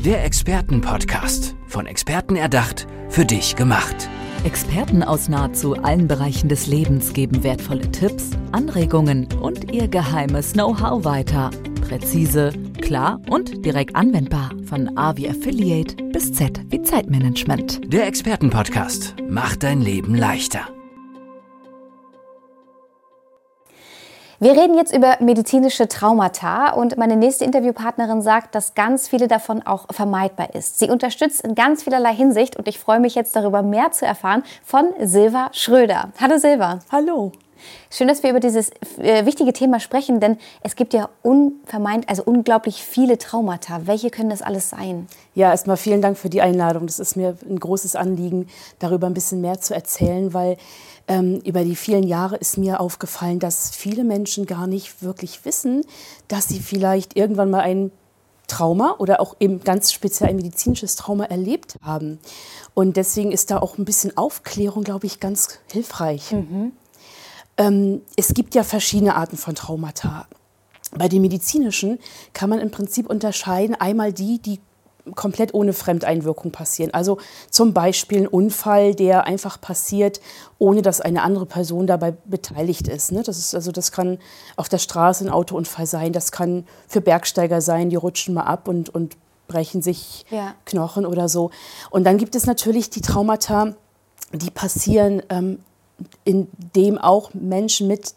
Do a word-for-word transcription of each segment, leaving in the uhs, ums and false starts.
Der Expertenpodcast. Von Experten erdacht, für dich gemacht. Experten aus nahezu allen Bereichen des Lebens geben wertvolle Tipps, Anregungen und ihr geheimes Know-how weiter. Präzise, klar und direkt anwendbar. Von A wie Affiliate bis Z wie Zeitmanagement. Der Expertenpodcast macht dein Leben leichter. Wir reden jetzt über medizinische Traumata und meine nächste Interviewpartnerin sagt, dass ganz viele davon auch vermeidbar ist. Sie unterstützt in ganz vielerlei Hinsicht und ich freue mich jetzt darüber mehr zu erfahren von Silva Schröder. Hallo Silva. Hallo. Schön, dass wir über dieses äh, wichtige Thema sprechen, denn es gibt ja unvermeint, also unglaublich viele Traumata. Welche können das alles sein? Ja, erstmal vielen Dank für die Einladung. Das ist mir ein großes Anliegen, darüber ein bisschen mehr zu erzählen, weil ähm, über die vielen Jahre ist mir aufgefallen, dass viele Menschen gar nicht wirklich wissen, dass sie vielleicht irgendwann mal ein Trauma oder auch eben ganz speziell ein medizinisches Trauma erlebt haben. Und deswegen ist da auch ein bisschen Aufklärung, glaube ich, ganz hilfreich. Mhm. Ähm, es gibt ja verschiedene Arten von Traumata. Bei den medizinischen kann man im Prinzip unterscheiden, einmal die, die komplett ohne Fremdeinwirkung passieren. Also zum Beispiel ein Unfall, der einfach passiert, ohne dass eine andere Person dabei beteiligt ist. Ne? Das ist also, das kann auf der Straße ein Autounfall sein, das kann für Bergsteiger sein, die rutschen mal ab und, und brechen sich ja. Knochen oder so. Und dann gibt es natürlich die Traumata, die passieren, ähm, in dem auch Menschen mit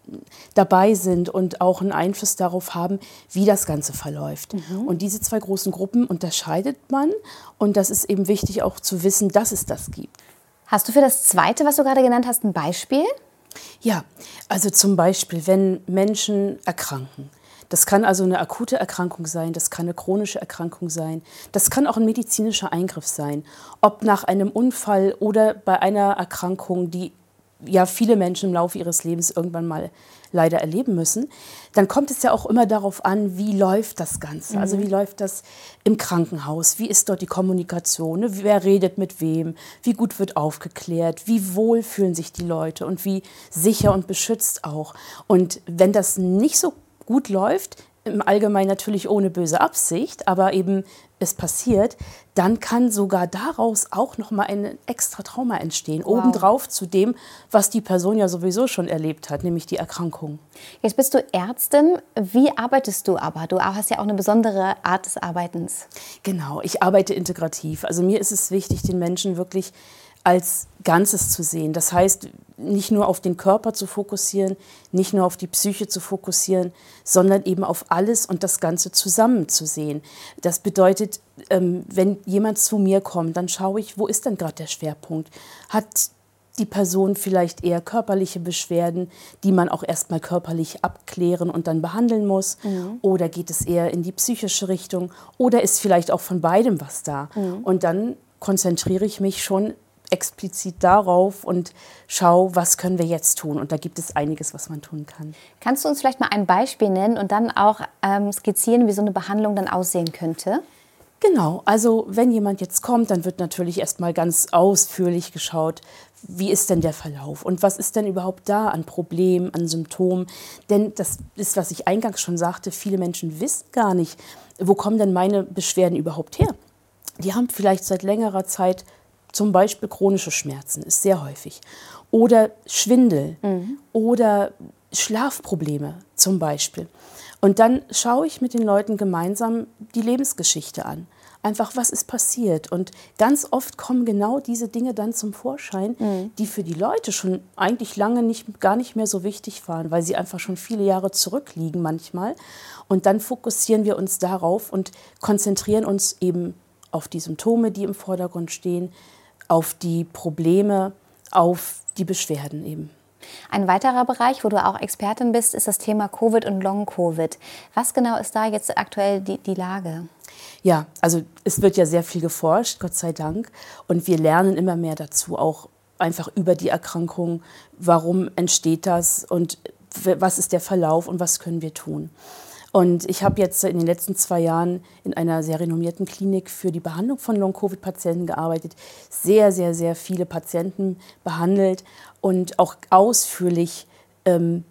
dabei sind und auch einen Einfluss darauf haben, wie das Ganze verläuft. Mhm. Und diese zwei großen Gruppen unterscheidet man. Und das ist eben wichtig auch zu wissen, dass es das gibt. Hast du für das Zweite, was du gerade genannt hast, ein Beispiel? Ja, also zum Beispiel, wenn Menschen erkranken. Das kann also eine akute Erkrankung sein, das kann eine chronische Erkrankung sein, das kann auch ein medizinischer Eingriff sein. Ob nach einem Unfall oder bei einer Erkrankung, die ja viele Menschen im Laufe ihres Lebens irgendwann mal leider erleben müssen, dann kommt es ja auch immer darauf an, wie läuft das Ganze? Mhm. Also wie läuft das im Krankenhaus? Wie ist dort die Kommunikation? Wer redet mit wem? Wie gut wird aufgeklärt? Wie wohl fühlen sich die Leute und wie sicher und beschützt auch? Und wenn das nicht so gut läuft, im Allgemeinen natürlich ohne böse Absicht, aber eben es passiert, dann kann sogar daraus auch nochmal ein extra Trauma entstehen, wow. Obendrauf zu dem, was die Person ja sowieso schon erlebt hat, nämlich die Erkrankung. Jetzt bist du Ärztin. Wie arbeitest du aber? Du hast ja auch eine besondere Art des Arbeitens. Genau, ich arbeite integrativ. Also mir ist es wichtig, den Menschen wirklich als Ganzes zu sehen. Das heißt, nicht nur auf den Körper zu fokussieren, nicht nur auf die Psyche zu fokussieren, sondern eben auf alles und das Ganze zusammen zu sehen. Das bedeutet, wenn jemand zu mir kommt, dann schaue ich, wo ist denn gerade der Schwerpunkt? Hat die Person vielleicht eher körperliche Beschwerden, die man auch erstmal körperlich abklären und dann behandeln muss? Mhm. Oder geht es eher in die psychische Richtung? Oder ist vielleicht auch von beidem was da? Mhm. Und dann konzentriere ich mich schon explizit darauf und schau, was können wir jetzt tun. Und da gibt es einiges, was man tun kann. Kannst du uns vielleicht mal ein Beispiel nennen und dann auch ähm, skizzieren, wie so eine Behandlung dann aussehen könnte? Genau, also wenn jemand jetzt kommt, dann wird natürlich erstmal ganz ausführlich geschaut, wie ist denn der Verlauf und was ist denn überhaupt da an Problemen, an Symptomen. Denn das ist, was ich eingangs schon sagte, viele Menschen wissen gar nicht, wo kommen denn meine Beschwerden überhaupt her. Die haben vielleicht seit längerer Zeit zum Beispiel chronische Schmerzen, ist sehr häufig. Oder Schwindel mhm. oder Schlafprobleme zum Beispiel. Und dann schaue ich mit den Leuten gemeinsam die Lebensgeschichte an. Einfach, was ist passiert? Und ganz oft kommen genau diese Dinge dann zum Vorschein, mhm. die für die Leute schon eigentlich lange nicht, gar nicht mehr so wichtig waren, weil sie einfach schon viele Jahre zurückliegen manchmal. Und dann fokussieren wir uns darauf und konzentrieren uns eben auf die Symptome, die im Vordergrund stehen, auf die Probleme, auf die Beschwerden eben. Ein weiterer Bereich, wo du auch Expertin bist, ist das Thema Covid und Long-Covid. Was genau ist da jetzt aktuell die, die Lage? Ja, also es wird ja sehr viel geforscht, Gott sei Dank. Und wir lernen immer mehr dazu, auch einfach über die Erkrankung. Warum entsteht das und was ist der Verlauf und was können wir tun? Und ich habe jetzt in den letzten zwei Jahren in einer sehr renommierten Klinik für die Behandlung von Long-Covid-Patienten gearbeitet, sehr, sehr, sehr viele Patienten behandelt und auch ausführlich ähm,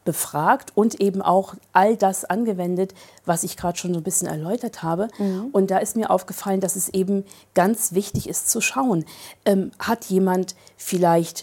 befragt und eben auch all das angewendet, was ich gerade schon so ein bisschen erläutert habe. Mhm. Und da ist mir aufgefallen, dass es eben ganz wichtig ist zu schauen, ähm, hat jemand vielleicht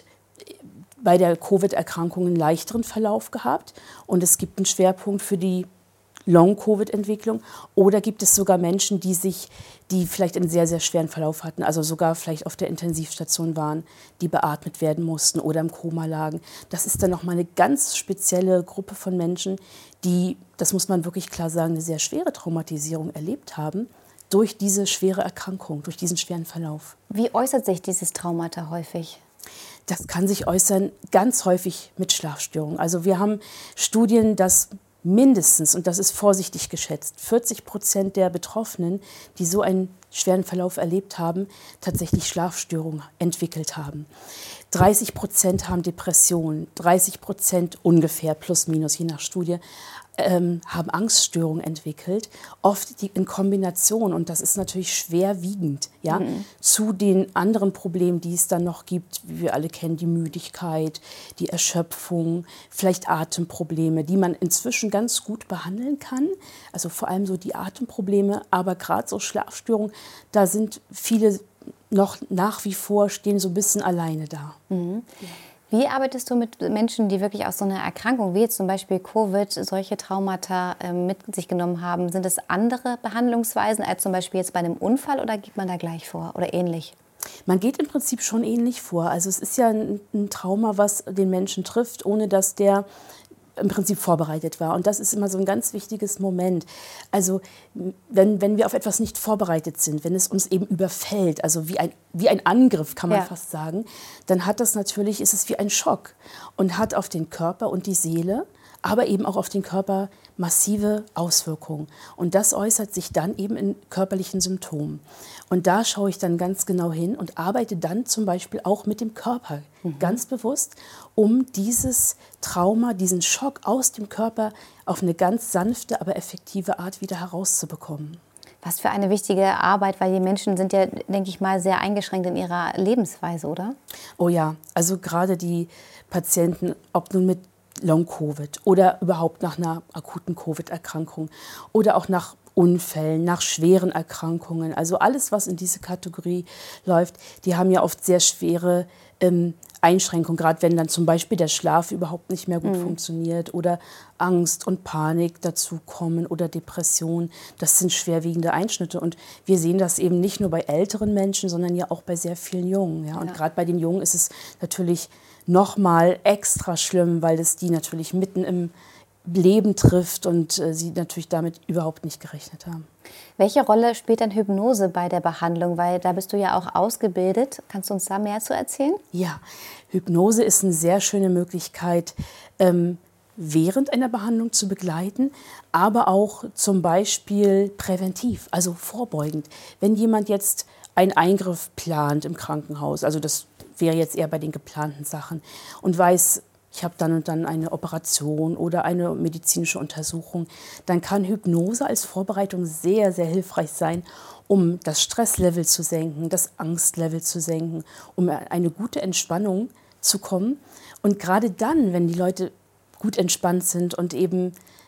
bei der Covid-Erkrankung einen leichteren Verlauf gehabt und es gibt einen Schwerpunkt für die Long-Covid-Entwicklung, oder gibt es sogar Menschen, die sich, die vielleicht einen sehr, sehr schweren Verlauf hatten, also sogar vielleicht auf der Intensivstation waren, die beatmet werden mussten oder im Koma lagen. Das ist dann nochmal eine ganz spezielle Gruppe von Menschen, die, das muss man wirklich klar sagen, eine sehr schwere Traumatisierung erlebt haben durch diese schwere Erkrankung, durch diesen schweren Verlauf. Wie äußert sich dieses Traumata häufig? Das kann sich äußern ganz häufig mit Schlafstörungen. Also wir haben Studien, dass mindestens, und das ist vorsichtig geschätzt, vierzig Prozent der Betroffenen, die so einen schweren Verlauf erlebt haben, tatsächlich Schlafstörungen entwickelt haben. dreißig Prozent haben Depressionen, dreißig Prozent ungefähr, plus minus, je nach Studie, ähm, haben Angststörungen entwickelt, oft die in Kombination, und das ist natürlich schwerwiegend, ja, mhm. zu den anderen Problemen, die es dann noch gibt, wie wir alle kennen, die Müdigkeit, die Erschöpfung, vielleicht Atemprobleme, die man inzwischen ganz gut behandeln kann, also vor allem so die Atemprobleme, aber gerade so Schlafstörungen, da sind viele noch nach wie vor, stehen so ein bisschen alleine da. Mhm. Wie arbeitest du mit Menschen, die wirklich aus so einer Erkrankung, wie jetzt zum Beispiel Covid, solche Traumata äh, mit sich genommen haben? Sind es andere Behandlungsweisen als zum Beispiel jetzt bei einem Unfall, oder geht man da gleich vor oder ähnlich? Man geht im Prinzip schon ähnlich vor. Also es ist ja ein, ein Trauma, was den Menschen trifft, ohne dass der im Prinzip vorbereitet war. Und das ist immer so ein ganz wichtiges Moment. Also wenn, wenn wir auf etwas nicht vorbereitet sind, wenn es uns eben überfällt, also wie ein, wie ein Angriff, kann man ja. fast sagen, dann hat das natürlich, ist es wie ein Schock und hat auf den Körper und die Seele, aber eben auch auf den Körper massive Auswirkungen. Und das äußert sich dann eben in körperlichen Symptomen. Und da schaue ich dann ganz genau hin und arbeite dann zum Beispiel auch mit dem Körper, mhm. ganz bewusst, um dieses Trauma, diesen Schock aus dem Körper auf eine ganz sanfte, aber effektive Art wieder herauszubekommen. Was für eine wichtige Arbeit, weil die Menschen sind ja, denke ich mal, sehr eingeschränkt in ihrer Lebensweise, oder? Oh ja, also gerade die Patienten, ob nun mit Long-Covid oder überhaupt nach einer akuten Covid-Erkrankung oder auch nach Unfällen, nach schweren Erkrankungen. Also alles, was in diese Kategorie läuft, die haben ja oft sehr schwere ähm, Einschränkungen, gerade wenn dann zum Beispiel der Schlaf überhaupt nicht mehr gut mhm. funktioniert oder Angst und Panik dazu kommen oder Depression. Das sind schwerwiegende Einschnitte. Und wir sehen das eben nicht nur bei älteren Menschen, sondern ja auch bei sehr vielen Jungen. Ja? Und ja. gerade bei den Jungen ist es natürlich noch mal extra schlimm, weil es die natürlich mitten im Leben trifft und äh, sie natürlich damit überhaupt nicht gerechnet haben. Welche Rolle spielt dann Hypnose bei der Behandlung? Weil da bist du ja auch ausgebildet. Kannst du uns da mehr zu erzählen? Ja, Hypnose ist eine sehr schöne Möglichkeit, ähm, während einer Behandlung zu begleiten, aber auch zum Beispiel präventiv, also vorbeugend. Wenn jemand jetzt einen Eingriff plant im Krankenhaus, also das wäre jetzt eher bei den geplanten Sachen, und weiß, ich habe dann und dann eine Operation oder eine medizinische Untersuchung, dann kann Hypnose als Vorbereitung sehr, sehr hilfreich sein, um das Stresslevel zu senken, das Angstlevel zu senken, um eine gute Entspannung zu kommen. Und gerade dann, wenn die Leute gut entspannt sind und eben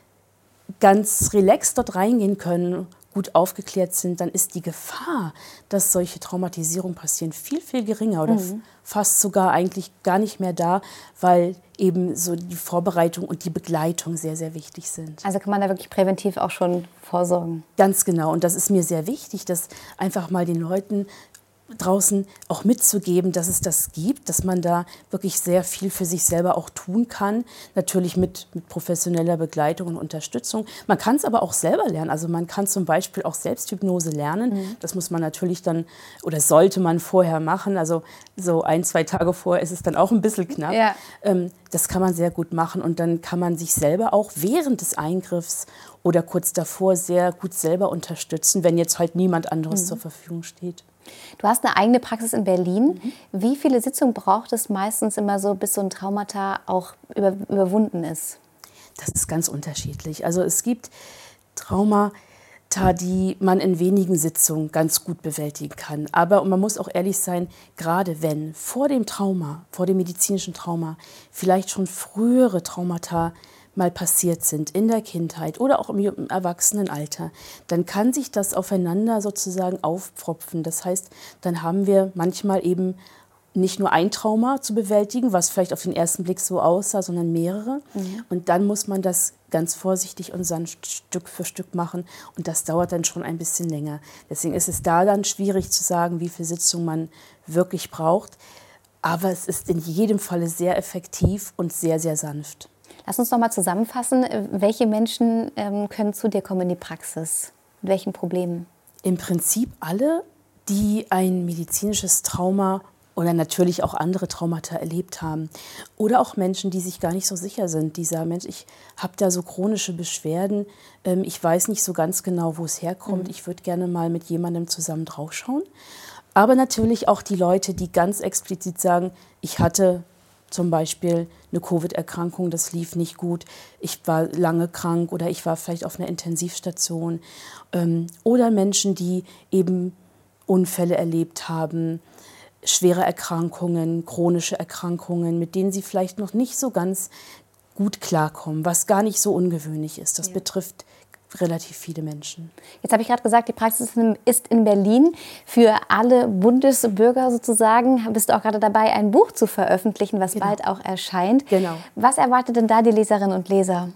ganz relaxed dort reingehen können, gut aufgeklärt sind, dann ist die Gefahr, dass solche Traumatisierungen passieren, viel, viel geringer oder mhm. fast sogar eigentlich gar nicht mehr da, weil eben so die Vorbereitung und die Begleitung sehr, sehr wichtig sind. Also kann man da wirklich präventiv auch schon vorsorgen? Ganz genau. Und das ist mir sehr wichtig, dass einfach mal den Leuten draußen auch mitzugeben, dass es das gibt, dass man da wirklich sehr viel für sich selber auch tun kann. Natürlich mit, mit professioneller Begleitung und Unterstützung. Man kann es aber auch selber lernen. Also man kann zum Beispiel auch Selbsthypnose lernen. Mhm. Das muss man natürlich dann oder sollte man vorher machen. Also so ein, zwei Tage vorher ist es dann auch ein bisschen knapp. Ja. Ähm, das kann man sehr gut machen und dann kann man sich selber auch während des Eingriffs oder kurz davor sehr gut selber unterstützen, wenn jetzt halt niemand anderes mhm. zur Verfügung steht. Du hast eine eigene Praxis in Berlin. Mhm. Wie viele Sitzungen braucht es meistens immer so, bis so ein Traumata auch über, überwunden ist? Das ist ganz unterschiedlich. Also es gibt Traumata, die man in wenigen Sitzungen ganz gut bewältigen kann. Aber man muss auch ehrlich sein, gerade wenn vor dem Trauma, vor dem medizinischen Trauma, vielleicht schon frühere Traumata mal passiert sind in der Kindheit oder auch im Erwachsenenalter, dann kann sich das aufeinander sozusagen aufpfropfen. Das heißt, dann haben wir manchmal eben nicht nur ein Trauma zu bewältigen, was vielleicht auf den ersten Blick so aussah, sondern mehrere. Mhm. Und dann muss man das ganz vorsichtig und sanft Stück für Stück machen. Und das dauert dann schon ein bisschen länger. Deswegen ist es da dann schwierig zu sagen, wie viele Sitzungen man wirklich braucht. Aber es ist in jedem Falle sehr effektiv und sehr, sehr sanft. Lass uns noch mal zusammenfassen. Welche Menschen ähm, können zu dir kommen in die Praxis? Mit welchen Problemen? Im Prinzip alle, die ein medizinisches Trauma oder natürlich auch andere Traumata erlebt haben. Oder auch Menschen, die sich gar nicht so sicher sind. Die sagen, Mensch, ich habe da so chronische Beschwerden, ähm, ich weiß nicht so ganz genau, wo es herkommt. Mhm. Ich würde gerne mal mit jemandem zusammen draufschauen. Aber natürlich auch die Leute, die ganz explizit sagen, ich hatte zum Beispiel eine Covid-Erkrankung, das lief nicht gut, ich war lange krank oder ich war vielleicht auf einer Intensivstation. Ähm, oder Menschen, die eben Unfälle erlebt haben, schwere Erkrankungen, chronische Erkrankungen, mit denen sie vielleicht noch nicht so ganz gut klarkommen, was gar nicht so ungewöhnlich ist. Das ja. betrifft relativ viele Menschen. Jetzt habe ich gerade gesagt, die Praxis ist in Berlin. Für alle Bundesbürger sozusagen bist du auch gerade dabei, ein Buch zu veröffentlichen, was genau. bald auch erscheint. Genau. Was erwartet denn da die Leserinnen und Leser?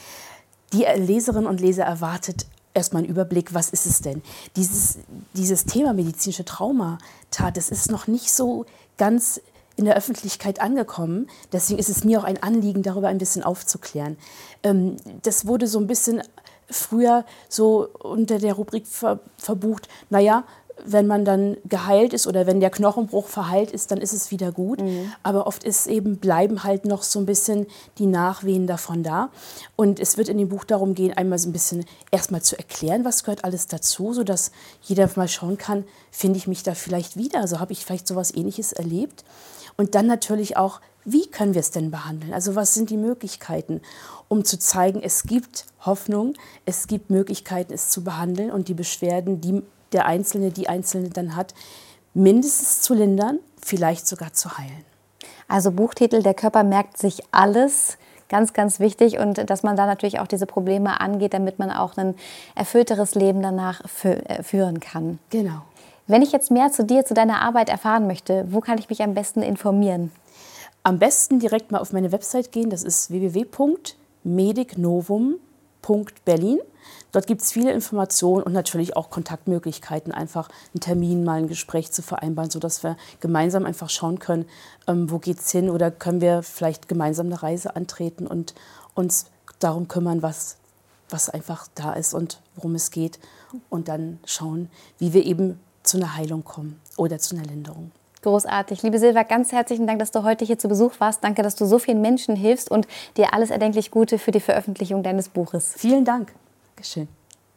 Die Leserinnen und Leser erwartet erstmal einen Überblick, was ist es denn? Dieses, dieses Thema medizinische Traumata, das ist noch nicht so ganz in der Öffentlichkeit angekommen. Deswegen ist es mir auch ein Anliegen, darüber ein bisschen aufzuklären. Ähm, das wurde so ein bisschen früher so unter der Rubrik ver, verbucht, naja, wenn man dann geheilt ist oder wenn der Knochenbruch verheilt ist, dann ist es wieder gut. Mhm. Aber oft ist eben, bleiben halt noch so ein bisschen die Nachwehen davon da. Und es wird in dem Buch darum gehen, einmal so ein bisschen erstmal zu erklären, was gehört alles dazu, sodass jeder mal schauen kann, finde ich mich da vielleicht wieder? Also habe ich vielleicht sowas Ähnliches erlebt? Und dann natürlich auch, wie können wir es denn behandeln? Also was sind die Möglichkeiten, um zu zeigen, es gibt Hoffnung, es gibt Möglichkeiten, es zu behandeln und die Beschwerden, die der Einzelne, die Einzelne dann hat, mindestens zu lindern, vielleicht sogar zu heilen. Also Buchtitel, der Körper merkt sich alles, ganz, ganz wichtig. Und dass man da natürlich auch diese Probleme angeht, damit man auch ein erfüllteres Leben danach fü- führen kann. Genau. Wenn ich jetzt mehr zu dir, zu deiner Arbeit erfahren möchte, wo kann ich mich am besten informieren? Am besten direkt mal auf meine Website gehen, das ist w w w punkt medicnovum punkt berlin. Dort gibt es viele Informationen und natürlich auch Kontaktmöglichkeiten, einfach einen Termin, mal ein Gespräch zu vereinbaren, sodass wir gemeinsam einfach schauen können, ähm, wo geht's hin oder können wir vielleicht gemeinsam eine Reise antreten und uns darum kümmern, was, was einfach da ist und worum es geht und dann schauen, wie wir eben zu einer Heilung kommen oder zu einer Linderung. Großartig. Liebe Silva, ganz herzlichen Dank, dass du heute hier zu Besuch warst. Danke, dass du so vielen Menschen hilfst und dir alles erdenklich Gute für die Veröffentlichung deines Buches. Vielen Dank. Dankeschön.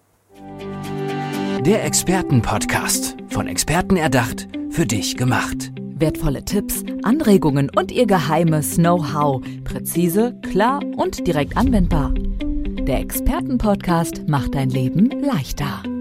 Der Expertenpodcast. Von Experten erdacht, für dich gemacht. Wertvolle Tipps, Anregungen und ihr geheimes Know-how. Präzise, klar und direkt anwendbar. Der Expertenpodcast macht dein Leben leichter.